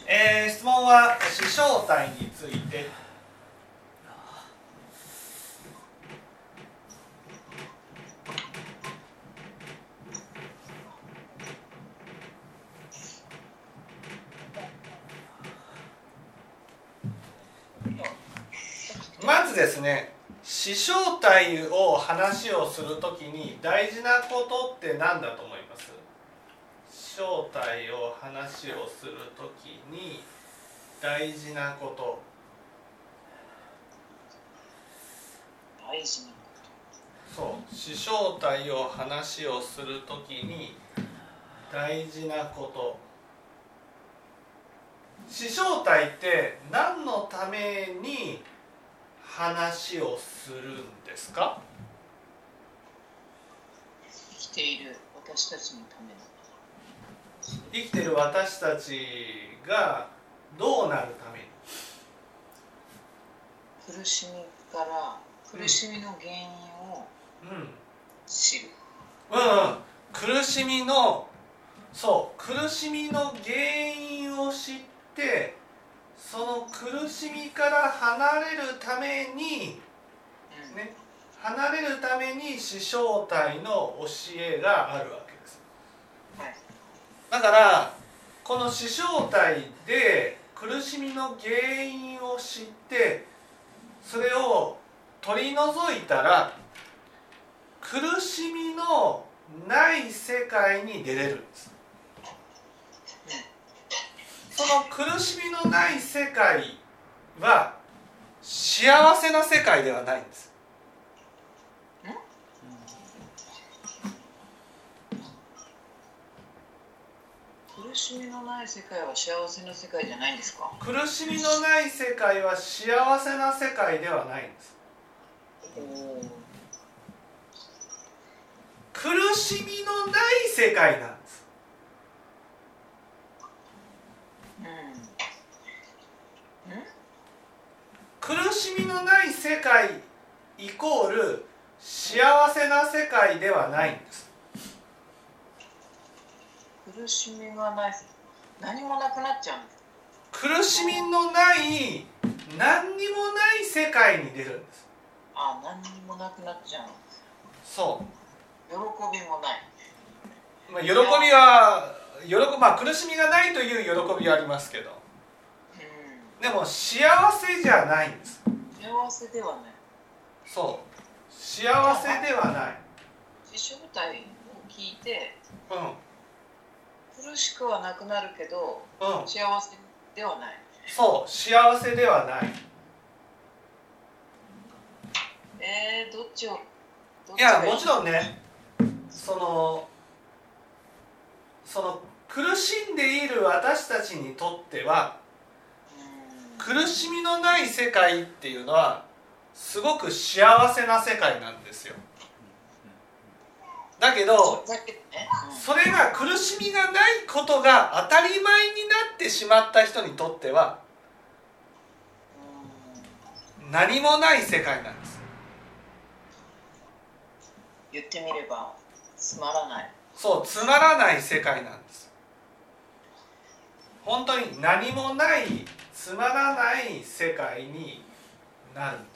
質問は視小体について。まずですね、視小体を話をするときに大事なことって何だと思います？視小体を話をするときに大事なこと。 大事なこと。 そう、視小体を話をするときに大事なこと。視小体って何のために話をするんですか？ 生きている私たちのための。 生きている私たちがどうなるために？ 苦しみから苦しみの原因を知る。 苦しみの苦しみの原因を知って、その苦しみから離れるために、離れるために視小体の教えがあるわけです。だからこの視小体で苦しみの原因を知って、それを取り除いたら苦しみのない世界に出れるんです。その苦しみのない世界は幸せな世界ではないんです。 苦しみのない世界は幸せな世界じゃないんですか？ 苦しみのない世界は幸せな世界ではないんです。苦しみのない世界なんです。苦しみのない世界イコール幸せな世界ではないんです。 苦しみがない、何もなくなっちゃうんです。 苦しみのない何にもない世界に出るんです。 何にもなくなっちゃうんです。 そう。 喜びもない。 喜びは苦しみがないという喜びはありますけど、でも幸せじゃないんです。 幸せではない。 そう、幸せではない。 視小体を聞いて、苦しくはなくなるけど、幸せではない。 そう、幸せではない。 どっちを？ いや、もちろんね、その苦しんでいる私たちにとっては、苦しみのない世界っていうのはすごく幸せな世界なんですよ。だけど、それが苦しみがないことが当たり前になってしまった人にとっては何もない世界なんです。 言ってみればつまらない。 そう、つまらない世界なんです。本当に何もないつまらない世界になるんです。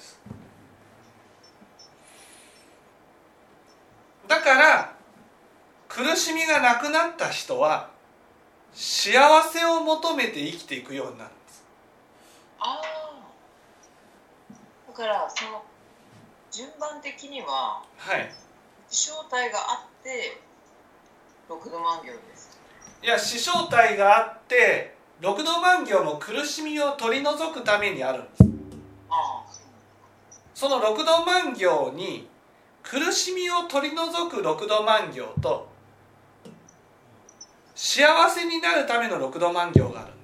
だから苦しみがなくなった人は幸せを求めて生きていくようになるんです。 だからその順番的には、視小体があって六度万行です。 いや、視小体があって六度万行も苦しみを取り除くためにあるんです。その六度万行に苦しみを取り除く六度万行と幸せになるための六度万行があるんです。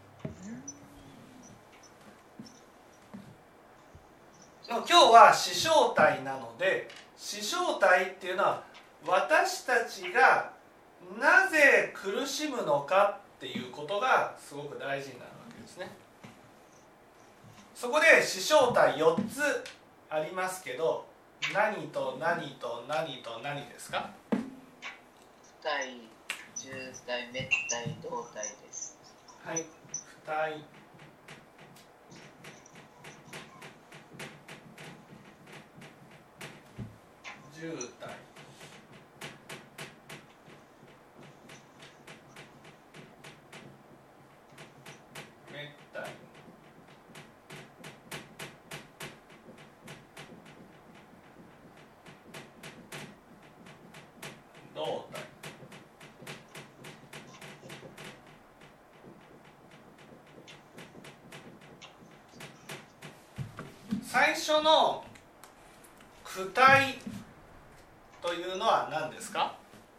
でも今日は視小体なので、視小体っていうのは私たちがなぜ苦しむのかっていうことがすごく大事になるわけですね。そこで視小体4つありますけど、何と何と何と何ですか？ 体、重体、滅体、動体です。 はい。 体渋滞滅体動体最初の躯体というのは何ですか？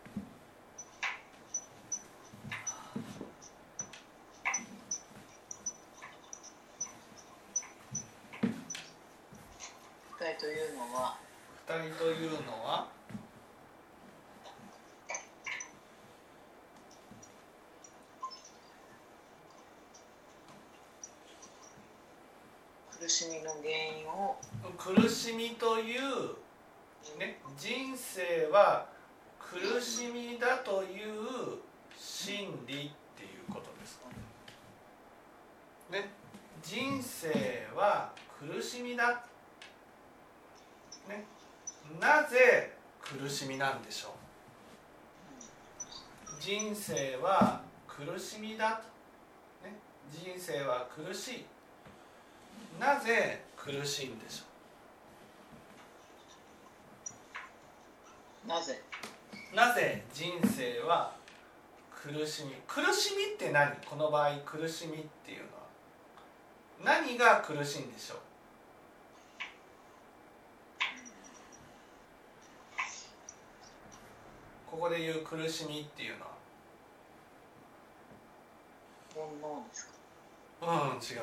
躯体というのは躯体というのは苦しみの原因を苦しみというね、人生は苦しみだという真理っていうことですね。人生は苦しみだ、ね、なぜ苦しみなんでしょう。人生は苦しみだと、ね、人生は苦しい。なぜ苦しいんでしょう。なぜ人生は苦しみ。苦しみって何？この場合苦しみっていうのは何が苦しいんでしょう。ここで言う苦しみっていうのは煩悩ですか？ 違う。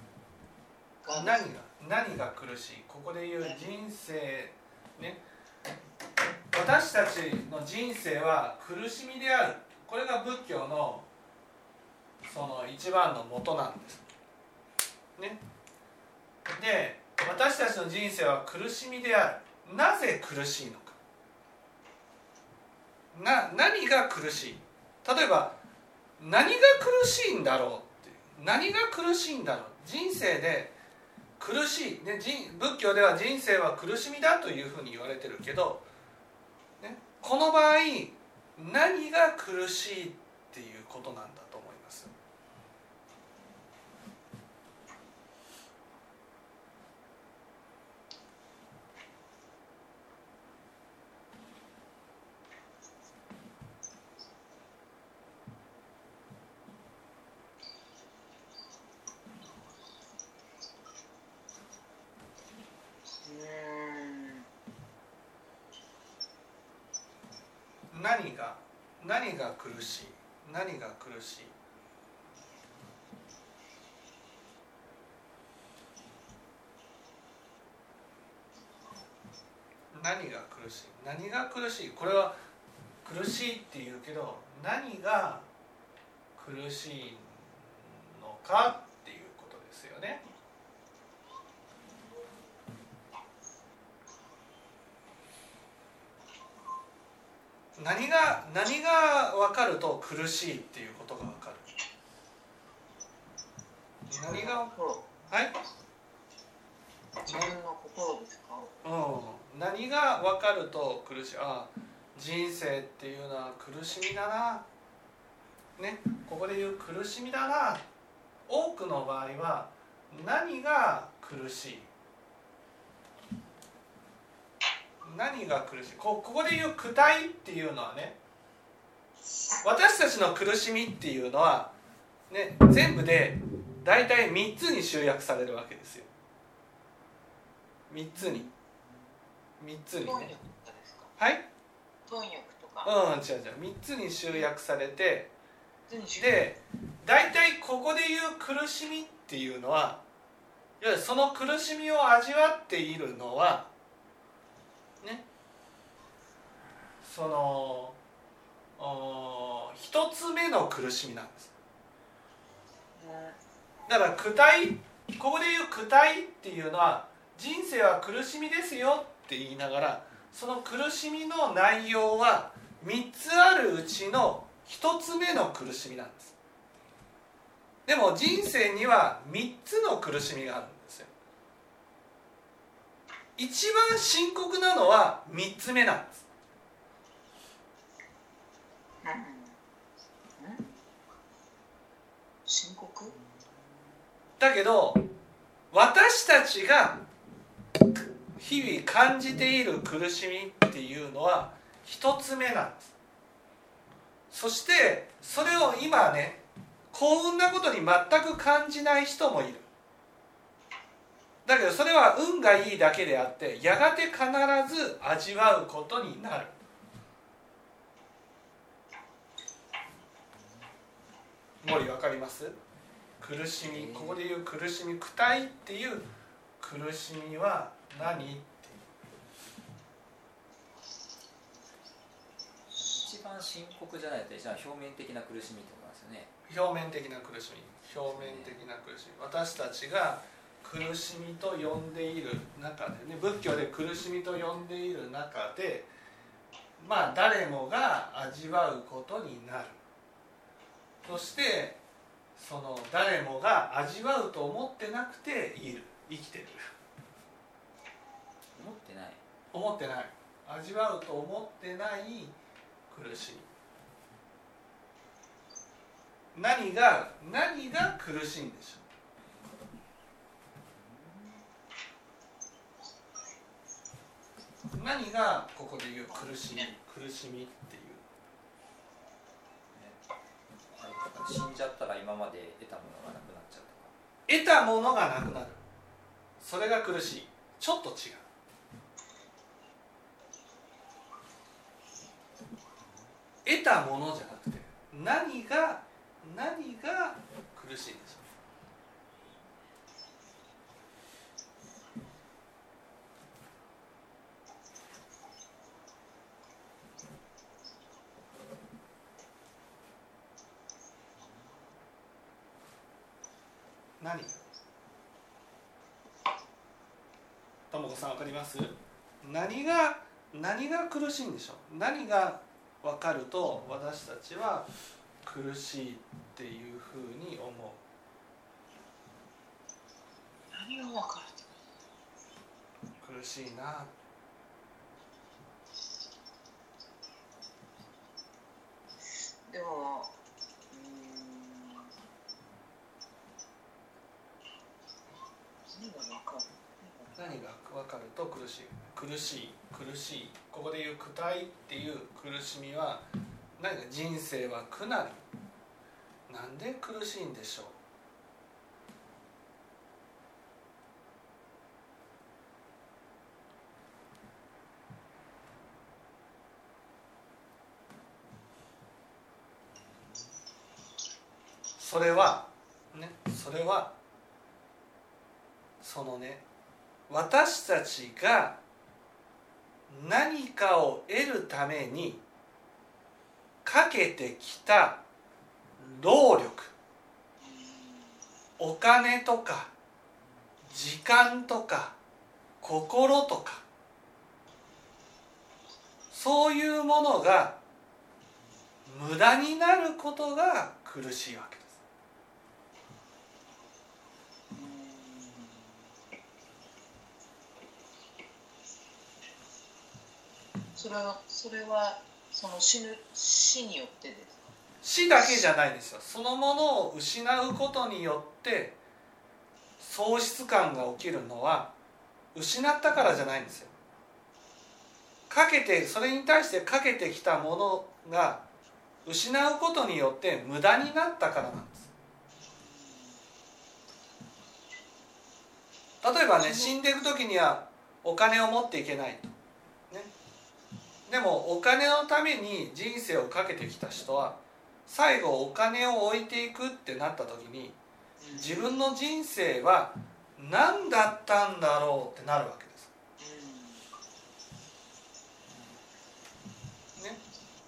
何が苦しい。ここで言う人生ね、私たちの人生は苦しみである。これが仏教のその一番の元なんですね。で、私たちの人生は苦しみである。なぜ苦しいのか。何が苦しい。例えば何が苦しいんだろうっていう。何が苦しいんだろう。人生で苦しい、ね、仏教では人生は苦しみだというふうに言われてるけど、ね、この場合何が苦しいっていうことなんだと思います。何が苦しい。何が苦しい。何が苦しい。何が苦しい。これは苦しいって言うけど何が苦しいのかっていうことですよね。何が分かると苦しいっていうことが分かる。何が、はい、 自分の心ですか？ 何が分かると苦しい。人生っていうのは苦しみだな、ね、ここで言う苦しみだな。多くの場合は何が苦しい。何が苦しい。ここで言う躯体っていうのはね、私たちの苦しみっていうのは、ね、全部でだいたい3つに集約されるわけですよ。3つにね。はい？ 貪欲とか。 違う。3つに集約されて、で、だいたいここで言う苦しみっていうのは、いわゆるその苦しみを味わっているのはね、その一つ目の苦しみなんです。だから躯体、ここで言う躯体っていうのは人生は苦しみですよって言いながら、その苦しみの内容は3つあるうちの1つ目の苦しみなんです。 でも人生には3つの苦しみがあるんですよ。一番深刻なのは3つ目なんです。 深刻だけど私たちが日々感じている苦しみっていうのは1つ目なんです。そしてそれを今ね、幸運なことに全く感じない人もいる。だけどそれは運がいいだけであって、やがて必ず味わうことになる。森分かります？苦しみ、ここでいう苦しみ、苦体っていう苦しみは何って。 一番深刻じゃないと、じゃあ表面的な苦しみってことなんですよね。 表面的な苦しみ、表面的な苦しみ、私たちが苦しみと呼んでいる中でね、仏教で苦しみと呼んでいる中で、まあ誰もが味わうことになる。そしてその誰もが味わうと思ってなくている、生きてる。思ってない、味わうと思ってない苦しみ。何が苦しいんでしょう。何がここで言う苦しみっていう。 死んじゃったら今まで得たものがなくなっちゃうとか。 得たものがなくなる。それが苦しい。ちょっと違う。得たものじゃなくて、何が苦しいんでしょう。何？ともこさん分かります？何が苦しいんでしょう。何が分かると私たちは苦しいっていうふうに思う。 何が分かる？苦しいな。 でも何が分かると苦しい。ここでいう苦体っていう苦しみは何か、人生は苦なり。なんで苦しいんでしょう。それはそのね、私たちが何かを得るためにかけてきた労力、お金とか時間とか心とか、そういうものが無駄になることが苦しいわけです。 それはその死によってですか？ 死だけじゃないんですよ。そのものを失うことによって喪失感が起きるのは失ったからじゃないんですよ。それに対してかけてきたものが失うことによって無駄になったからなんです。例えばね、死んでいく時にはお金を持っていけないと、ね、でもお金のために人生をかけてきた人は最後お金を置いていくってなった時に、自分の人生は何だったんだろうってなるわけです、ね、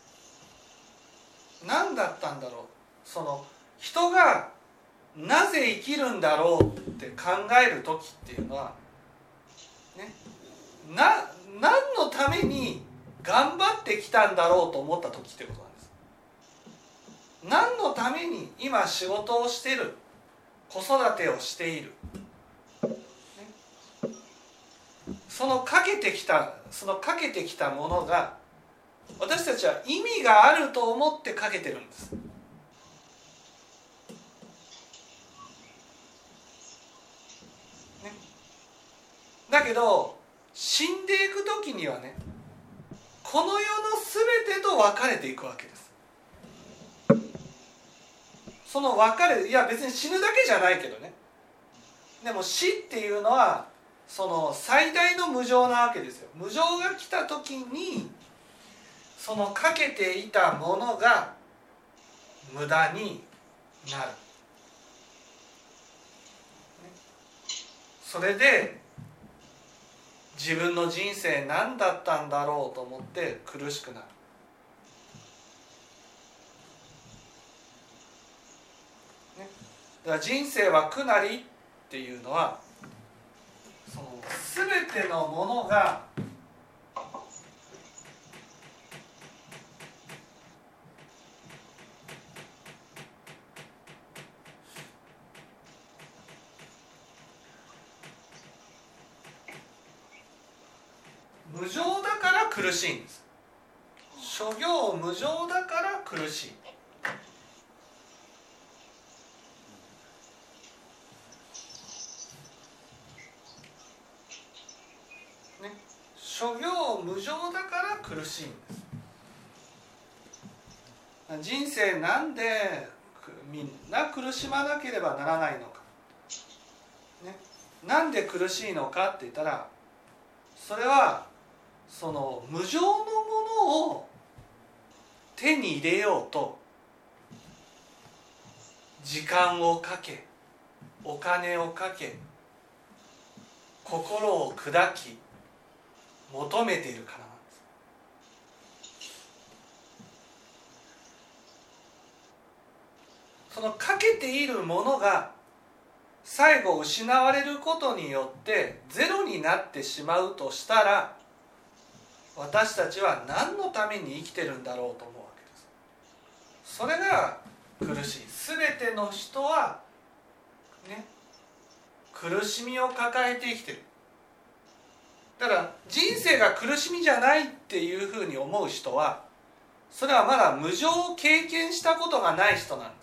何だったんだろう。その人がなぜ生きるんだろうって考える時っていうのは、ね、何のために頑張ってきたんだろうと思った時ってことなんです。何のために今仕事をしてる、 子育てをしている、そのかけてきたものが私たちは意味があると思ってかけてるんです。だけど死んでいく時にはね、この世の全てと別れていくわけです。その別れ、いや別に死ぬだけじゃないけどね、でも死っていうのはその最大の無常なわけですよ。無常が来た時にそのかけていたものが無駄になる。それで自分の人生何だったんだろうと思って苦しくなる。だから人生は苦なりっていうのは、その全てのものが無常だから苦しいんです。諸行無常だから苦しい。ね、諸行無常だから苦しいんです。人生なんでみんな苦しまなければならないのか、ね、なんで苦しいのかって言ったら、それはその無常のものを手に入れようと時間をかけ、お金をかけ、心を砕き求めているからなんです。そのかけているものが最後失われることによってゼロになってしまうとしたら、私たちは何のために生きてるんだろうと思うわけです。それが苦しい。全ての人はね、苦しみを抱えて生きてる。だから人生が苦しみじゃないっていうふうに思う人は、それはまだ無常を経験したことがない人なんです。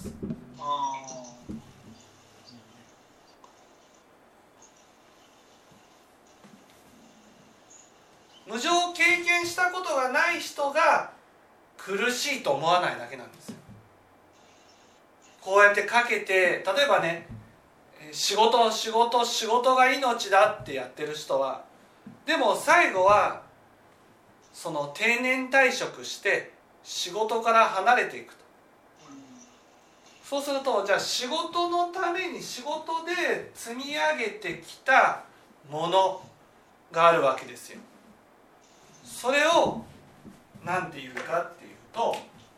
無常を経験したことがない人が苦しいと思わないだけなんですよ。こうやってかけて、例えばね、仕事が命だってやってる人は、でも最後はその定年退職して仕事から離れていくと。そうすると、じゃあ仕事のために仕事で積み上げてきたものがあるわけですよ。それを何て言うかっていうと、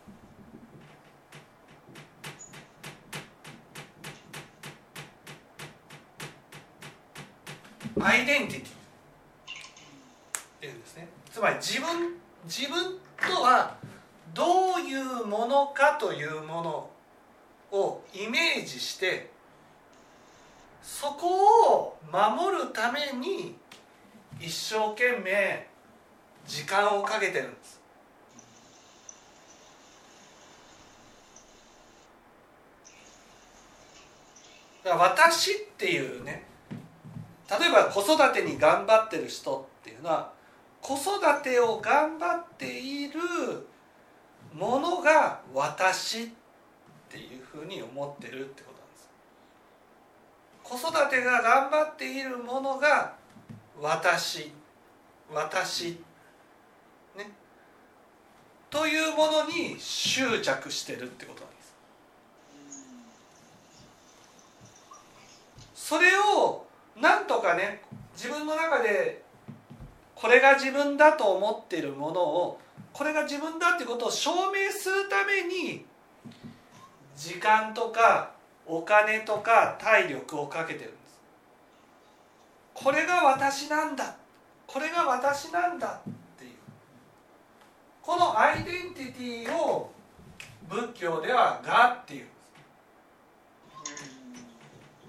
アイデンティティっていうんですね。つまり自分とはどういうものかというものをイメージして、そこを守るために一生懸命時間をかけてるんです。だから私っていうね、例えば子育てに頑張ってる人っていうのは、子育てを頑張っているものが私っていうふうに思ってるってことなんです。子育てが頑張っているものが私ね、というものに執着してるってことなんです。それをなんとかね、自分の中でこれが自分だと思っているものを、これが自分だっていうことを証明するために時間とかお金とか体力をかけてるんです。これが私なんだ、これが私なんだっていう、このアイデンティティを仏教では我っていうんです。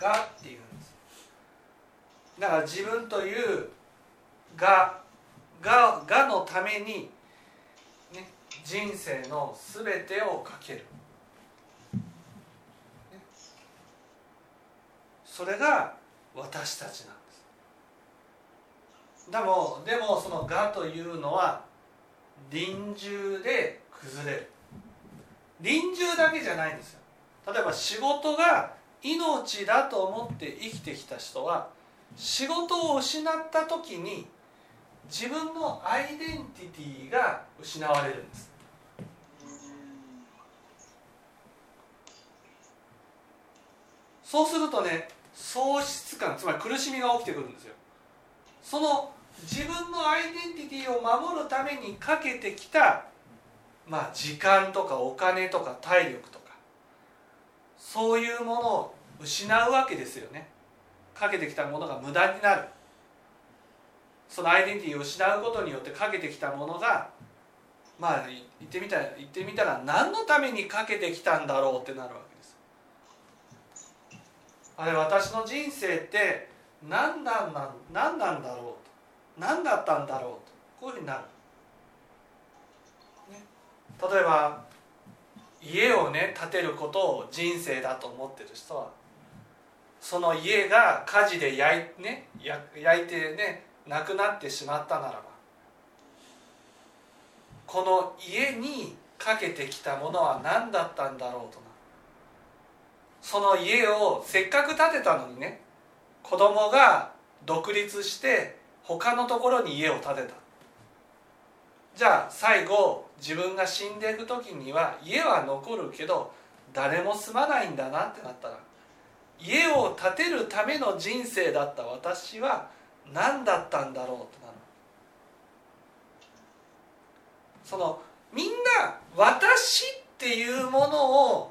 がっていうんです。だから自分というがのために、ね、人生のすべてをかける、ね、それが私たちなんです。でもそのがというのは臨終で崩れる。臨終だけじゃないんですよ。例えば仕事が命だと思って生きてきた人は、仕事を失った時に自分のアイデンティティが失われるんです。そうするとね、喪失感、つまり苦しみが起きてくるんですよ。その自分のアイデンティティを守るためにかけてきた、時間とかお金とか体力とか、そういうものを失うわけですよね。かけてきたものが無駄になる。そのアイデンティティを失うことによってかけてきたものが、言ってみたら何のためにかけてきたんだろうってなるわけです。あれ、私の人生って何なんだろうと、何だったんだろうと、こういうふうになる、ね、例えば家をね建てることを人生だと思ってる人は、その家が火事で焼いてねなくなってしまったならば、この家にかけてきたものは何だったんだろうとな。その家をせっかく建てたのにね、子供が独立して他のところに家を建てた。じゃあ最後自分が死んでいく時には家は残るけど誰も住まないんだなってなったら、家を建てるための人生だった私は何だったんだろうとなる。そのみんな私っていうものを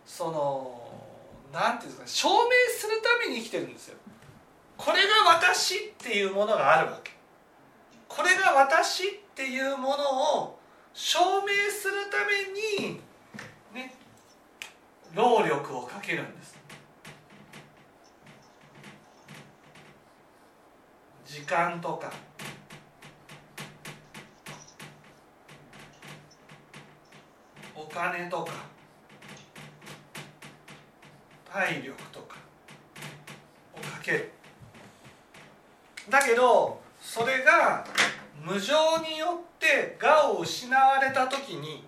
なんていうんですか、証明するために生きてるんですよ。これが私っていうものがあるわけ。これが私っていうものを証明するためにね、労力をかけるんです。時間とかお金とか体力とかをかける。だけどそれが無常によって我を失われた時に、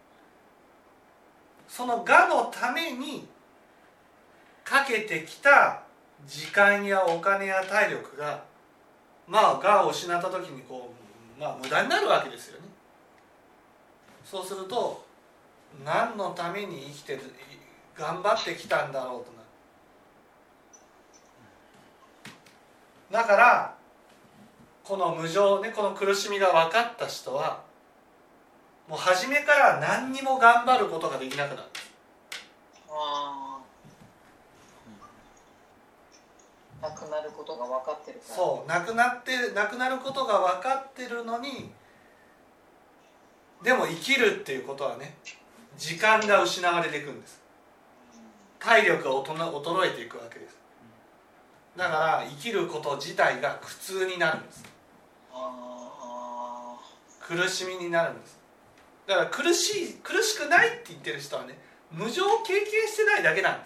その我のためにかけてきた時間やお金や体力が我を失った時に無駄になるわけですよね。そうすると何のために生きてる、頑張ってきたんだろうとなる。だからこの無常ね、この苦しみが分かった人はもう初めから何にも頑張ることができなくなる。 なくなることが分かってるから。 そう、なくなることが分かってるのに、でも生きるっていうことはね、時間が失われていくんです。体力が衰えていくわけです。だから生きること自体が苦痛になるんです。苦しみになるんです。だから苦しくないって言ってる人はね、無常を経験してないだけなんです。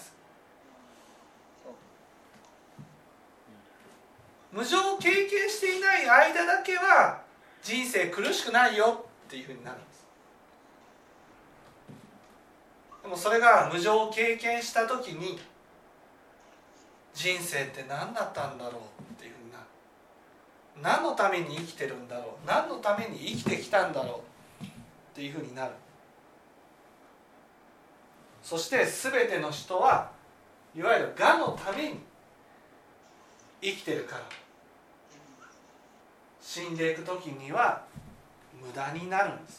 無常を経験していない間だけは人生苦しくないよっていうふうになるんです。でもそれが無常を経験した時に、人生って何だったんだろうっていうふうになる。何のために生きてるんだろう、何のために生きてきたんだろうっていうふうになる。そして全ての人はいわゆる我のために生きてるから、死んでいく時には無駄になるんです。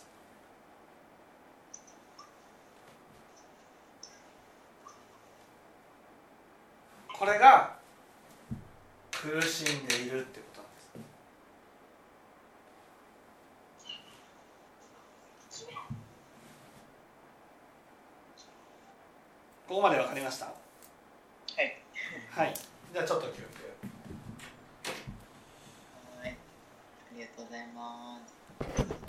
これが苦しんでいるってことなんです。ここまで分かりました？ はい、じゃあちょっと休憩。 はい、ありがとうございます。